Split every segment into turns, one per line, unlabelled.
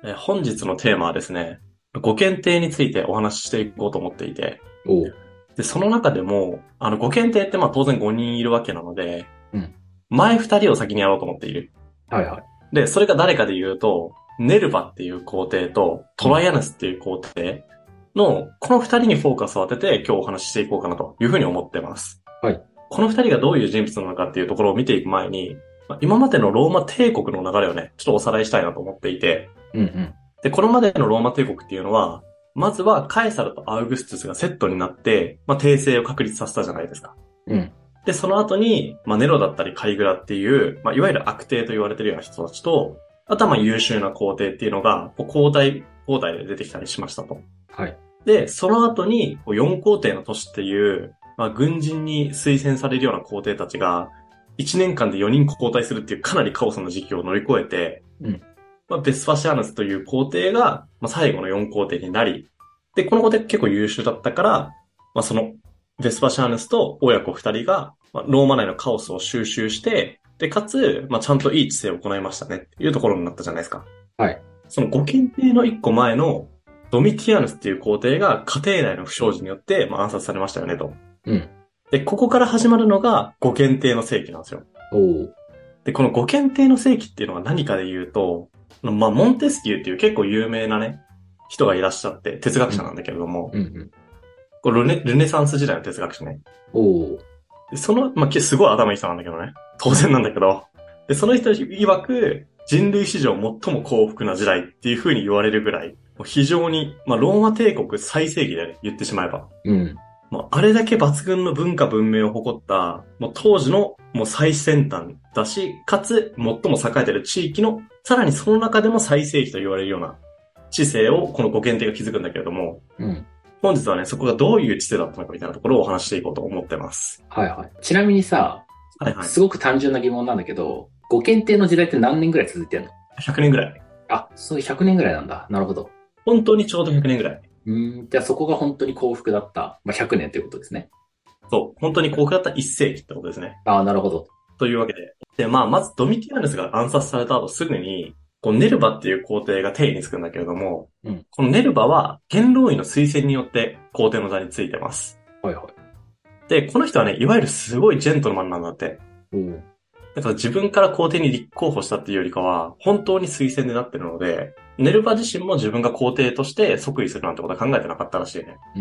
本日のテーマはですね、ご検定についてお話ししていこうと思っていて、
おう。
で、その中でも、ご検定って当然5人いるわけなので、
うん。
前2人を先にやろうと思っている。
はいはい。
で、それが誰かで言うと、ネルバっていう皇帝とトラ
うん。
イアヌスっていう皇帝の、この2人にフォーカスを当てて今日お話ししていこうかなというふうに思ってます。
はい。
この2人がどういう人物なのかっていうところを見ていく前に、今までのローマ帝国の流れをね、ちょっとおさらいしたいなと思っていて、
うんうん。で、
で、これまでのローマ帝国っていうのは、まずはカエサルとアウグストゥスがセットになって、帝政を確立させたじゃないですか。
うん。
で、その後に、ネロだったりカリグラっていう、いわゆる悪帝と言われてるような人たちと、あとは優秀な皇帝っていうのが、交代で出てきたりしましたと。
はい。
で、その後に、四皇帝の都市っていう、軍人に推薦されるような皇帝たちが、1年間で4人交代するっていうかなりカオスな時期を乗り越えて、
うん。
ベスパシアヌスという皇帝が、最後の四皇帝になり、で、この皇帝結構優秀だったから、その、ベスパシアヌスと親子二人が、ローマ内のカオスを収集して、で、かつ、ちゃんといい治世を行いましたねっていうところになったじゃないですか。
はい。
そのご検定の一個前の、ドミティアヌスっていう皇帝が家庭内の不祥事によって、暗殺されましたよねと。
うん。
で、ここから始まるのが、ご検定の世紀なんですよ。
おう。
で、このご検定の世紀っていうのは何かで言うと、モンテスキューっていう結構有名なね、人がいらっしゃって、哲学
うん。
者なんだけれども、
うんうん。
これルネサンス時代の哲学者ね。
おう。
でその、すごい頭いい人なんだけどね。当然なんだけど。で、その人曰く、人類史上最も幸福な時代っていう風に言われるぐらい、もう非常に、ローマ帝国最盛期だよね、言ってしまえば。
うん。
もうあれだけ抜群の文化文明を誇った、もう当時のもう最先端だし、かつ最も栄えている地域の、さらにその中でも最盛期と言われるような知性をこのご検定が築くんだけれども、
うん。
本日はね、そこがどういう知性だったのかみたいなところをお話ししていこうと思ってます。
はいはい。ちなみにさ、
はいはい。
すごく単純な疑問なんだけど、ご検定の時代って何年ぐらい続いてんの？
100年ぐらい。
あ、そういう100年ぐらいなんだ。なるほど。
本当にちょうど100年ぐらい。
じゃあそこが本当に幸福だった。100年ということですね。
そう、本当に幸福だった1世紀ってことですね。
ああ、なるほど。
というわけで。で、まずドミティアヌスが暗殺された後すぐに、ネルバっていう皇帝が帝位につくんだけれども、
うん。
このネルバは元老院の推薦によって皇帝の座についてます。
はいはい。
で、この人はね、いわゆるすごいジェントルマンなんだって。
おう。
だから自分から皇帝に立候補したっていうよりかは、本当に推薦でなってるので、ネルバ自身も自分が皇帝として即位するなんてことは考えてなかったらしいね。
うん。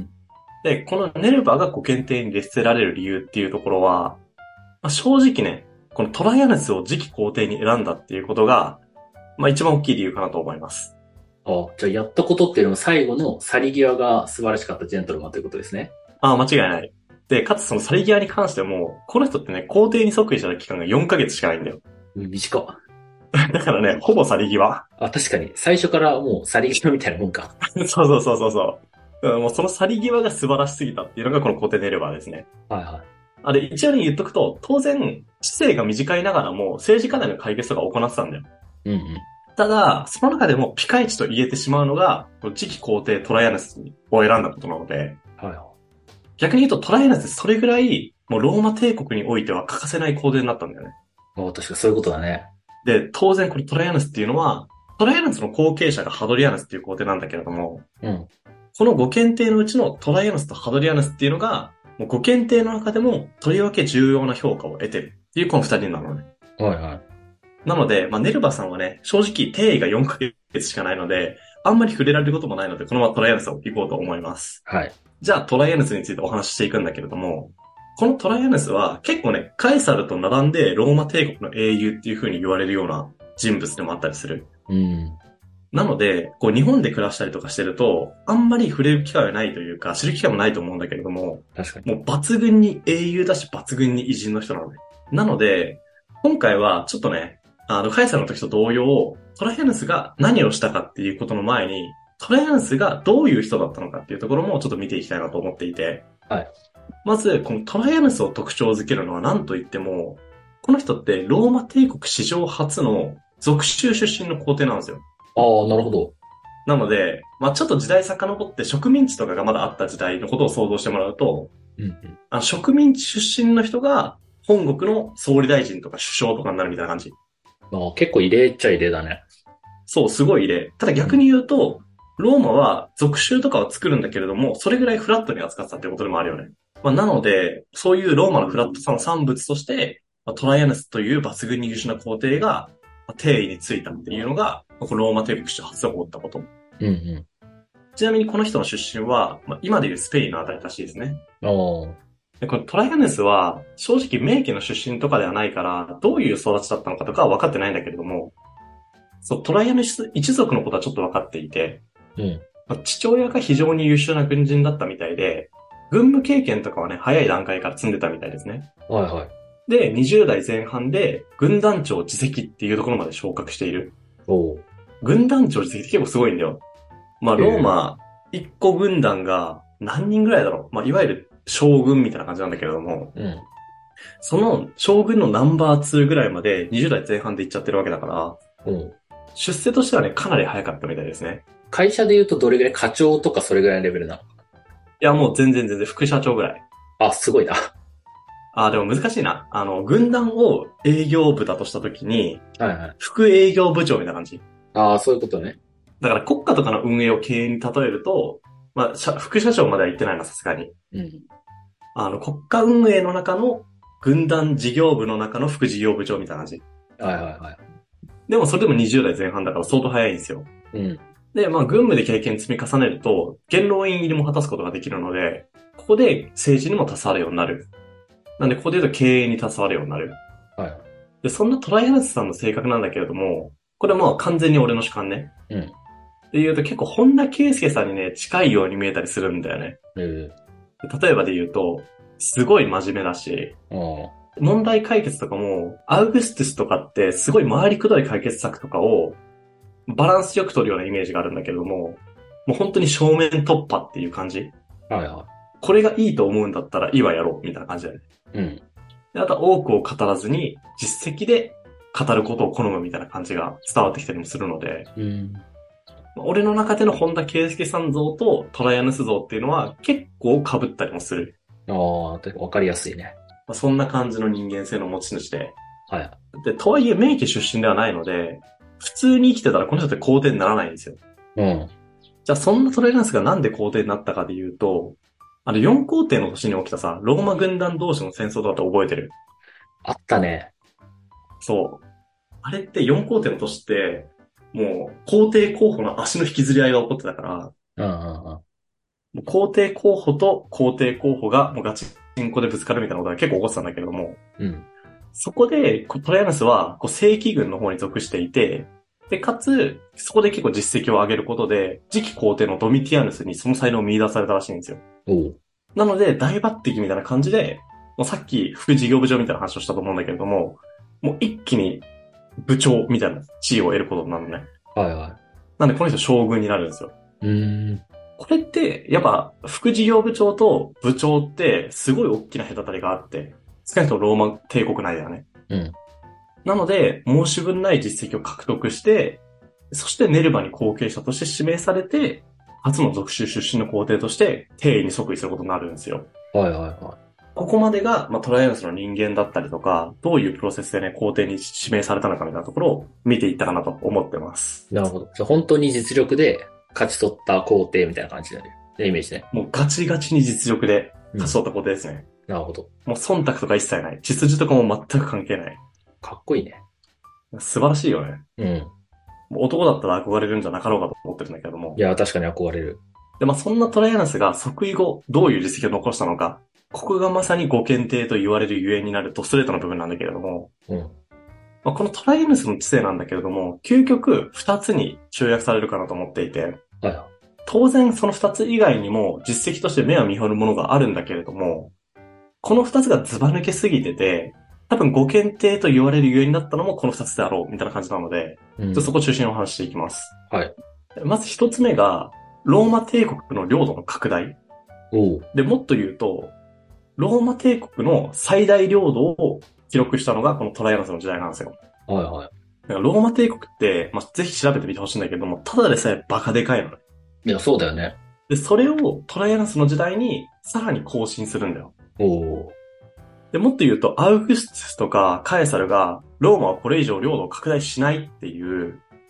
で、このネルバがご検定に列せられる理由っていうところは、正直ね、このトライアヌスを次期皇帝に選んだっていうことが、一番大きい理由かなと思います。
あ、じゃあやったことっていうのは最後の去り際が素晴らしかったジェントルマンということですね。
ああ、間違いない。で、かつその去り際に関しても、この人ってね、皇帝に即位した期間が4ヶ月しかないんだよ。
短っ。
だからね、ほぼ去り際。
あ、確かに。最初からもう去り際みたいなもんか。
そうそうそうそうそう。だからもうその去り際が素晴らしすぎたっていうのがこの皇帝ネルバーですね。
はいは
あれ、一応に言っとくと、当然、知性が短いながらも政治課題の解決とか行ってたんだよ。
い。うんうん。
ただ、その中でもピカイチと言えてしまうのが、次期皇帝トライアヌスを選んだことなので、
はいは
逆に言うとトライアヌスってそれぐらい、もうローマ帝国においては欠かせない皇帝になったんだよね。
い。もう確かそういうことだね。
で、当然このトライアヌスっていうのは、トライアヌスの後継者がハドリアヌスっていう皇帝なんだけれども、
うん。
このご検定のうちのトライアヌスとハドリアヌスっていうのが、もうご検定の中でもとりわけ重要な評価を得てるっていうこの二人なのね。
はいはい。
なので、ネルバさんはね、正直定位が4ヶ月しかないので、あんまり触れられることもないので、このままトライアヌスを行こうと思います。
はい。
じゃあトライアヌスについてお話ししていくんだけれども、このトライアヌスは結構ね、カエサルと並んでローマ帝国の英雄っていう風に言われるような人物でもあったりする。
うん。
なので、日本で暮らしたりとかしてると、あんまり触れる機会はないというか、知る機会もないと思うんだけれども、
確かに。
もう抜群に英雄だし、抜群に偉人の人なのね。なので、今回はちょっとね、カエサルの時と同様、トライアヌスが何をしたかっていうことの前に、トライアヌスがどういう人だったのかっていうところもちょっと見ていきたいなと思っていて、
はい。
まず、このトライアヌスを特徴づけるのは何と言っても、この人ってローマ帝国史上初の属州出身の皇帝なんですよ。
ああ、なるほど。
なので、ちょっと時代遡って植民地とかがまだあった時代のことを想像してもらうと、
うんうん。
植民地出身の人が本国の総理大臣とか首相とかになるみたいな感じ。
ああ、結構異例っちゃ異例だね。
そう、すごい異例。ただ逆に言うと、ローマは属州とかを作るんだけれども、それぐらいフラットに扱ってたってことでもあるよね。まあ、なので、そういうローマのフラットさの産物として、まあ、トライアヌスという抜群に優秀な皇帝が、まあ帝位についたっていうのが、このローマ帝国史初で起こったこと。
うんう
ちなみにこの人の出身は、まあ、今でいうスペインのあたりらしいですね。
ん。おー。
で、このトライアヌスは、正直名家の出身とかではないから、どういう育ちだったのかとかは分かってないんだけれども、そう、トライアヌス一族のことはちょっと分かっていて、
うん。
まあ父親が非常に優秀な軍人だったみたいで、軍務経験とかはね、早い段階から積んでたみたいですね。
はいはい。
で、20代前半で軍団長次席っていうところまで昇格している。
おー。
軍団長次席って結構すごいんだよ。まあ、ローマ一個軍団が何人ぐらいだろう。まあ、いわゆる将軍みたいな感じなんだけれども、
うん。
その将軍のナンバー2ぐらいまで20代前半で行っちゃってるわけだから、
うん。
出世としてはね、かなり早かったみたいですね。
会社で言うとどれぐらい課長とかそれぐらいのレベルなの？
いや、もう全然副社長ぐらい。
あ、すごいな。
でも難しいな。軍団を営業部だとしたときに、
はいはい。
副営業部長みたいな感じ。
ああ、そういうことね。
だから国家とかの運営を経営に例えると、まあ、副社長までは行ってないな、さすがに。
うん。
国家運営の中の軍団事業部の中の副事業部長みたいな感じ。
はいはいはい。
でもそれでも20代前半だから相当早いんですよ。
うん。
で、まあ、軍務で経験積み重ねると、元老院入りも果たすことができるので、ここで政治にも携わるようになる。なんで、ここで言うと経営に携わるようになる。
はい。
で、そんなトライアナスさんの性格なんだけれども、これはまあ完全に俺の主観ね。
うん。
で言うと結構本田圭佑さんにね、近いように見えたりするんだよね。
え
例えばで言うと、すごい真面目だし、
ああ。
問題解決とかも、アウグストゥスとかってすごい回りくどい解決策とかをバランスよく取るようなイメージがあるんだけれども、もう本当に正面突破っていう感じ。
はいは
これがいいと思うんだったらいいわやろうみたいな感じだよね。
い。うん。
であとは多くを語らずに実績で語ることを好むみたいな感じが伝わってきたりもするので、
うん。
俺の中での本田圭佑さん像とトライアヌス像っていうのは結構被ったりもする。
ああ、わかりやすいね。
まあ、そんな感じの人間性の持ち主で。
はい。
で、とはいえ名家出身ではないので、普通に生きてたらこの人って皇帝にならないんですよ。
うん。
じゃあそんなトライアヌスがなんで皇帝になったかで言うと、4皇帝の年に起きたさ、ローマ軍団同士の戦争とかって覚えてる？
あったね。
そう。あれって4皇帝の年って、もう皇帝候補の足の引きずり合いが起こってたから、
うんうんうん。
もう皇帝候補と皇帝候補がもうガチンコでぶつかるみたいなことが結構起こってたんだけれども、
うん。
そこでトライアナスは正規軍の方に属していて、で、かつ、そこで結構実績を上げることで、次期皇帝のドミティアヌスにその才能を見出されたらしいんですよ。
おう。
なので、大抜擢みたいな感じで、もうさっき副事業部長みたいな話をしたと思うんだけれども、もう一気に部長みたいな地位を得ることになるのね。
はいは
なんでこの人将軍になるんですよ。
い。
これって、やっぱ、副事業部長と部長って、すごい大きな隔たりがあって、少なくともローマ帝国内ではね。
うん。
なので、申し分ない実績を獲得して、そしてネルバに後継者として指名されて、初の属州出身の皇帝として、帝位に即位することになるんですよ。
はいはいは
ここまでが、まあ、トライアヌスの人間だったりとか、どういうプロセスでね、皇帝に指名されたのかみたいなところを見ていったかなと思ってます。
い。なるほど。じゃあ本当に実力で勝ち取った皇帝みたいな感じだね。イメージね。
もうガチガチに実力で勝ち取った皇帝ですね。
なるほど。
もう忖度とか一切ない。血筋とかも全く関係ない。
かっこいいね。
素晴らしいよね。
うん。
もう男だったら憧れるんじゃなかろうかと思ってるんだけども。
いや、確かに憧れる。
で、まあそんなトライアナスが即位後、どういう実績を残したのか。ここがまさにご検定と言われるゆえんになるドストレートの部分なんだけれども。
うん。
まあ、このトライアナスの知性なんだけれども、究極二つに集約されるかなと思っていて。
はいは
当然その二つ以外にも実績として目は見張るものがあるんだけれども、この二つがズバ抜けすぎてて、多分ご検定と言われるゆえんになったのもこの二つであろう、みたいな感じなので、
い。うん。
そこを中心にお話していきます。
はい。
まず一つ目が、ローマ帝国の領土の拡大。
おう。
で、もっと言うと、ローマ帝国の最大領土を記録したのがこのトライアナスの時代なんですよ。
はいはい。
だからローマ帝国って、まあ、ぜひ調べてみてほしいんだけども、ただでさえバカでかいのね。
いや、そうだよね。
で、それをトライアナスの時代にさらに更新するんだよ。
おう。
で、もっと言うと、アウグストゥスとかカエサルが、ローマはこれ以上領土を拡大しないっていう、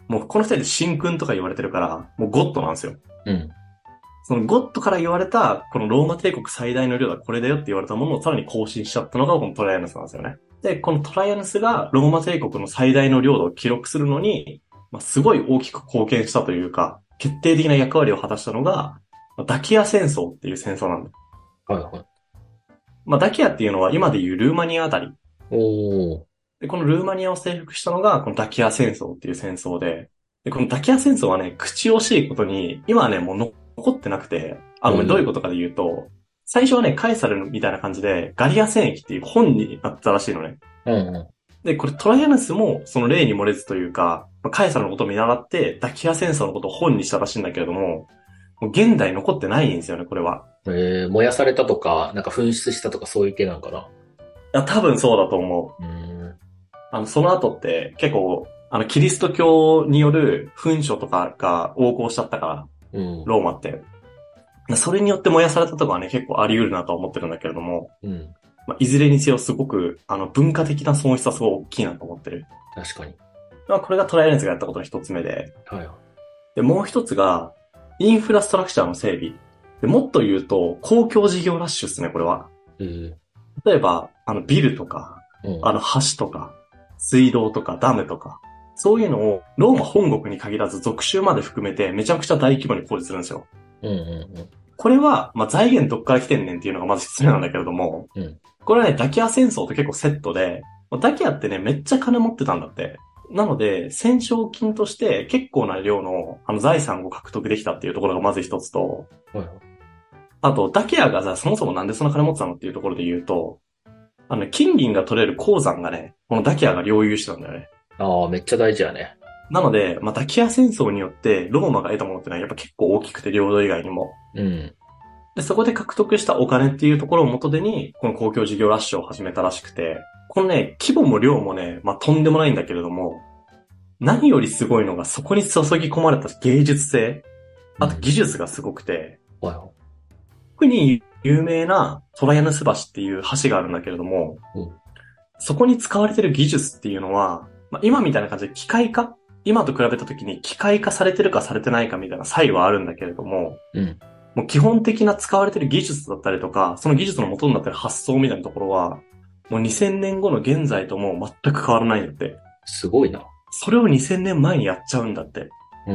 もうこの二人で神君とか言われてるから、もうゴッドなんですよ。
うん。
そのゴッドから言われた、このローマ帝国最大の領土はこれだよって言われたものをさらに更新しちゃったのがこのトライアヌスなんですよね。で、このトライアヌスがローマ帝国の最大の領土を記録するのに、まあ、すごい大きく貢献したというか、決定的な役割を果たしたのが、ダキア戦争っていう戦争なんだ。
はいはい。
まあ、ダキアっていうのは今でいうルーマニアあたり。
おー。
で、このルーマニアを征服したのが、このダキア戦争っていう戦争で、このダキア戦争はね、口惜しいことに、今はね、もう残ってなくて、どういうことかで言うと、最初はね、カエサルみたいな感じで、ガリア戦役っていう本になったらしいのね。
うんうん。
で、これトライアヌスも、その例に漏れずというか、カエサルのことを見習って、ダキア戦争のことを本にしたらしいんだけれども、もう現代残ってないんですよね、これは。
燃やされたとか、なんか紛失したとかそういう系なんかな。
いや、多分そうだと思う。その後って結構、キリスト教による紛書とかが横行しちゃったから、
うん。
ローマって。それによって燃やされたとかはね、結構あり得るなとは思ってるんだけれども、
うん。
まあ、いずれにせよすごく、文化的な損失はすごい大きいなと思ってる。
確かに。
まあ、これがトライアンスがやったことの一つ目で、
はいはい。
で、もう一つが、インフラストラクチャーの整備。で、もっと言うと、公共事業ラッシュですね、これは。例えば、ビルとか、
うん。
橋とか、水道とかダムとか、そういうのをローマ本国に限らず属州まで含めてめちゃくちゃ大規模に工事するんですよ。
うんうん
これは、まあ、財源どっから来てんねんっていうのがまず失礼なんだけれども、
うん。
これはね、ダキア戦争と結構セットで、ダキアってね、めっちゃ金持ってたんだって。なので、戦勝金として結構な量の財産を獲得できたっていうところがまず一つと、
はいはい。
あと、ダキアがさ、そもそもなんでそんな金持ってたのっていうところで言うと、金銀が取れる鉱山がね、このダキアが領有してたんだよね。
ああ、めっちゃ大事やね。
なので、まあ、ダキア戦争によってローマが得たものってのはやっぱ結構大きくて領土以外にも。
うん。
で、そこで獲得したお金っていうところを元手に、この公共事業ラッシュを始めたらしくて、このね、規模も量もね、まあ、とんでもないんだけれども、何よりすごいのがそこに注ぎ込まれた芸術性、あと技術がすごくて、
はいはい。
特に有名なトライアヌス橋っていう橋があるんだけれども、
うん
そこに使われてる技術っていうのは、まあ、今みたいな感じで機械化今と比べた時に機械化されてるかされてないかみたいな差異はあるんだけれども、
うん。
もう基本的な使われてる技術だったりとか、その技術の元になってる発想みたいなところは、もう2000年後の現在とも全く変わらないんだって。
すごいな。
それを2000年前にやっちゃうんだって。
うん。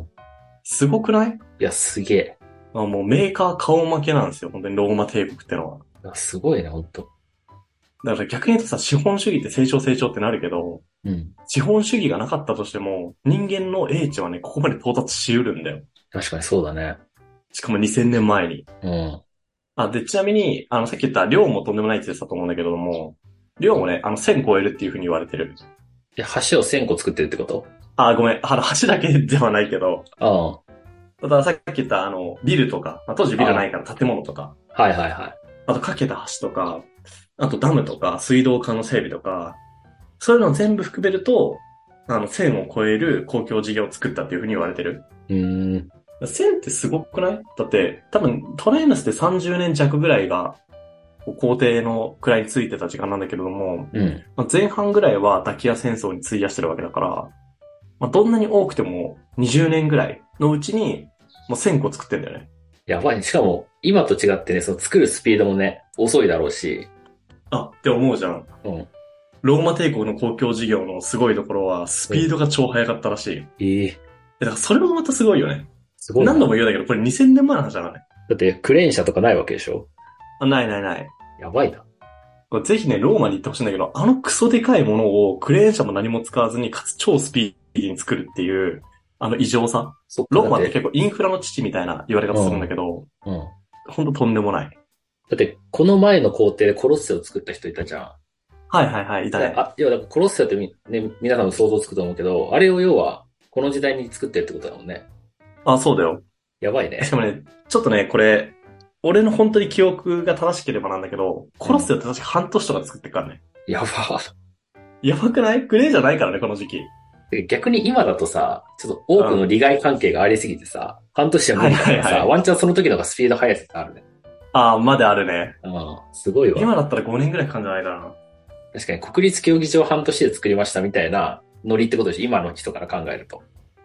すごくない？
いや、すげえ。
まあ、もうメーカー顔負けなんですよ。本当にローマ帝国ってのは。
いやすごいね、ほんと。
だから逆に言うとさ、資本主義って成長成長ってなるけど、
うん。
資本主義がなかったとしても、人間の英知はね、ここまで到達しうるんだよ。
確かにそうだね。
しかも2000年前に。
うん。
で、ちなみに、さっき言った量もとんでもないって言ってたと思うんだけども、量もね、1000超えるっていう風に言われてる。
橋を1000個作ってるってこと？
ごめん。橋だけではないけど、
あ
たださっき言ったビルとか、まあ、当時ビルない
あ。
から建物とか、
はいはいはい。
あと架けた橋とか、あとダムとか、水道管の整備とか、そういうのを全部含めると、1000を超える公共事業を作ったっていう風に言われてる。
うーん。
1000ってすごくない？だって、多分トライアヌスって30年弱ぐらいが、皇帝の位についてた時間なんだけれども、
うん。
まあ、前半ぐらいはダキア戦争に費やしてるわけだから、まあ、どんなに多くても20年ぐらいのうちに、もう1000個作ってんだよね。
やばいね。しかも、今と違ってね、その作るスピードもね、遅いだろうし。
って思うじゃん。
うん。
ローマ帝国の公共事業のすごいところは、スピードが超速かったらしい。
ええ
だからそれもまたすごいよね。
すごいな。
何度も言うんだけど、これ2000年前の話だからね。
だって、クレーン車とかないわけでしょ？
ないないない。
やばいな。
これぜひね、ローマに行ってほしいんだけど、クソでかいものをクレーン車も何も使わずに、かつ超スピーディーに作るっていう、異常さ。
そっか、
ローマって結構インフラの父みたいな言われ方するんだけど、
うん。
ほんととんでもない。
だって、この前の工程でコロッセオを作った人いたじゃん。
はいはいはい、いたね。
要は、だからコロッセオってね、皆さんも想像つくと思うけど、あれを要は、この時代に作ってるってことだもんね。
そうだよ。
やばいね。
しかもね、ちょっとね、これ、俺の本当に記憶が正しければなんだけど、コロッセオって確か半年とか作ってるからね。
やば。
やばくない？クレーじゃないからね、この時期。
逆に今だとさ、ちょっと多くの利害関係がありすぎてさ、半年じゃ無理だからさ、
はいはいはい
ワンチャンその時の方がスピード速い説あるね。
まであるね。
うん、すごいわ。
今だったら5年ぐらいかかるんじゃないかな。
確かに国立競技場半年で作りましたみたいなノリってことでしょ、今の人から考えると。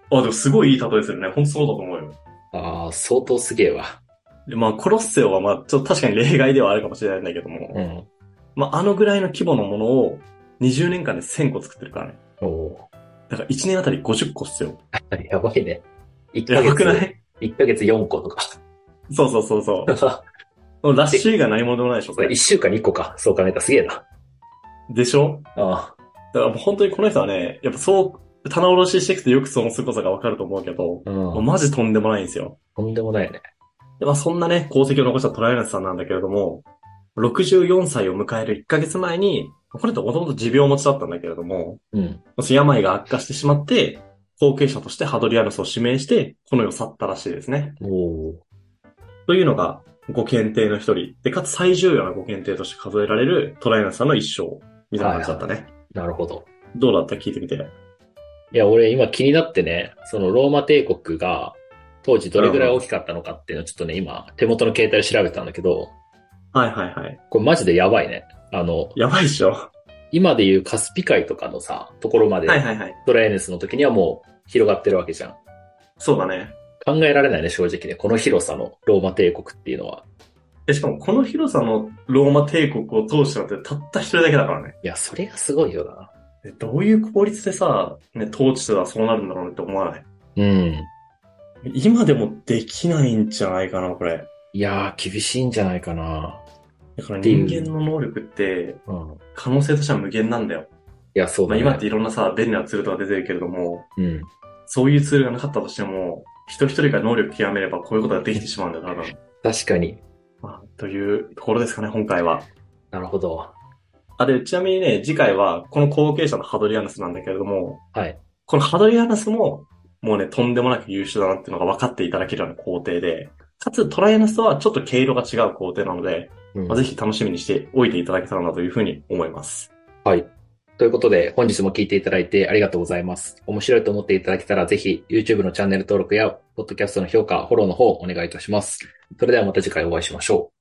あ、でもすごいいい例えでするね。本当そうだと思うよ。
ああ、相当すげえわ。
で、まあ、コロッセオはまあ、ちょっと確かに例外ではあるかもしれないんだけども、
うん。
まあ、あのぐらいの規模のものを20年間で1000個作ってるからね。
おお。
だから1年あたり50個っすよ。
やばいね。1
や
ヶ月、
ばくない？
1ヶ月4個とか。
そうそうそうそう。ラッ
で、
シュ以外何者でもないでしょ、そ
それ
れ。
1週間に1個か。そう考えたらすげえな。
でしょ？
あ
だからもう本当にこの人はね、やっぱそう、棚卸ししていくとよくその凄さがわかると思うけど、も
あ、
う
うん。
マジとんでもないんですよ。
とんでもないね。
で、まあそんなね、功績を残したトライアナスさんなんだけれども、64歳を迎える1ヶ月前に、この人もともと持病持ちだったんだけれども、
うん。
その病が悪化してしまって、後継者としてハドリアヌスを指名して、この世を去ったらしいですね。
おお。
というのが、ご検定の一人。で、かつ最重要なご検定として数えられるトライアナスさんの一生、みたいな
はいは
感じだったね。
い。なるほど。
どうだった聞いてみて。
いや、俺今気になってね、そのローマ帝国が当時どれぐらい大
うんうん。
きかったのかっていうのをちょっとね、今手元の携帯で調べたんだけど、
はいはいはい。
これマジでやばいね。
やばいっしょ。は
今でいうカスピ海とかのさ、ところまで
いはいはい。
トライアネスの時にはもう広がってるわけじゃん。
そうだね。
考えられないね、正直ね。この広さのローマ帝国っていうのは。
で、しかもこの広さのローマ帝国を通したのってたった一人だけだからね。
いや、それがすごいよな。
どういう効率でさ、ね、統治してたらそうなるんだろうねって思わない？
うん。
今でもできないんじゃないかな、これ。
いやー、厳しいんじゃないかな。
だから
って
人
いう。
間の能力って
うん。
可能性としては無限なんだよ。
いや、そう
まあ今っ
だね。
ていろんなさ、便利なツールとか出てるけれども、
うん。
そういうツールがなかったとしても、一人一人が能力極めればこういうことができてしまうんだよ、多分。
確かに。
まあ、というところですかね、今回は。
なるほど。
あ、で、ちなみにね、次回はこの後継者のハドリアヌスなんだけれども、
はい。
このハドリアヌスも、もうね、とんでもなく優秀だなっていうのが分かっていただけるような工程で、かつトライアヌスとはちょっと毛色が違う工程なので、まあ、ぜ
うん。
ひ楽しみにしておいていただけたらなというふうに思います。
はい。ということで、本日も聞いていただいてありがとうございます。面白いと思っていただけたら、ぜひ YouTube のチャンネル登録や、Podcast の評価、フォローの方お願いいたします。それではまた次回お会いしましょう。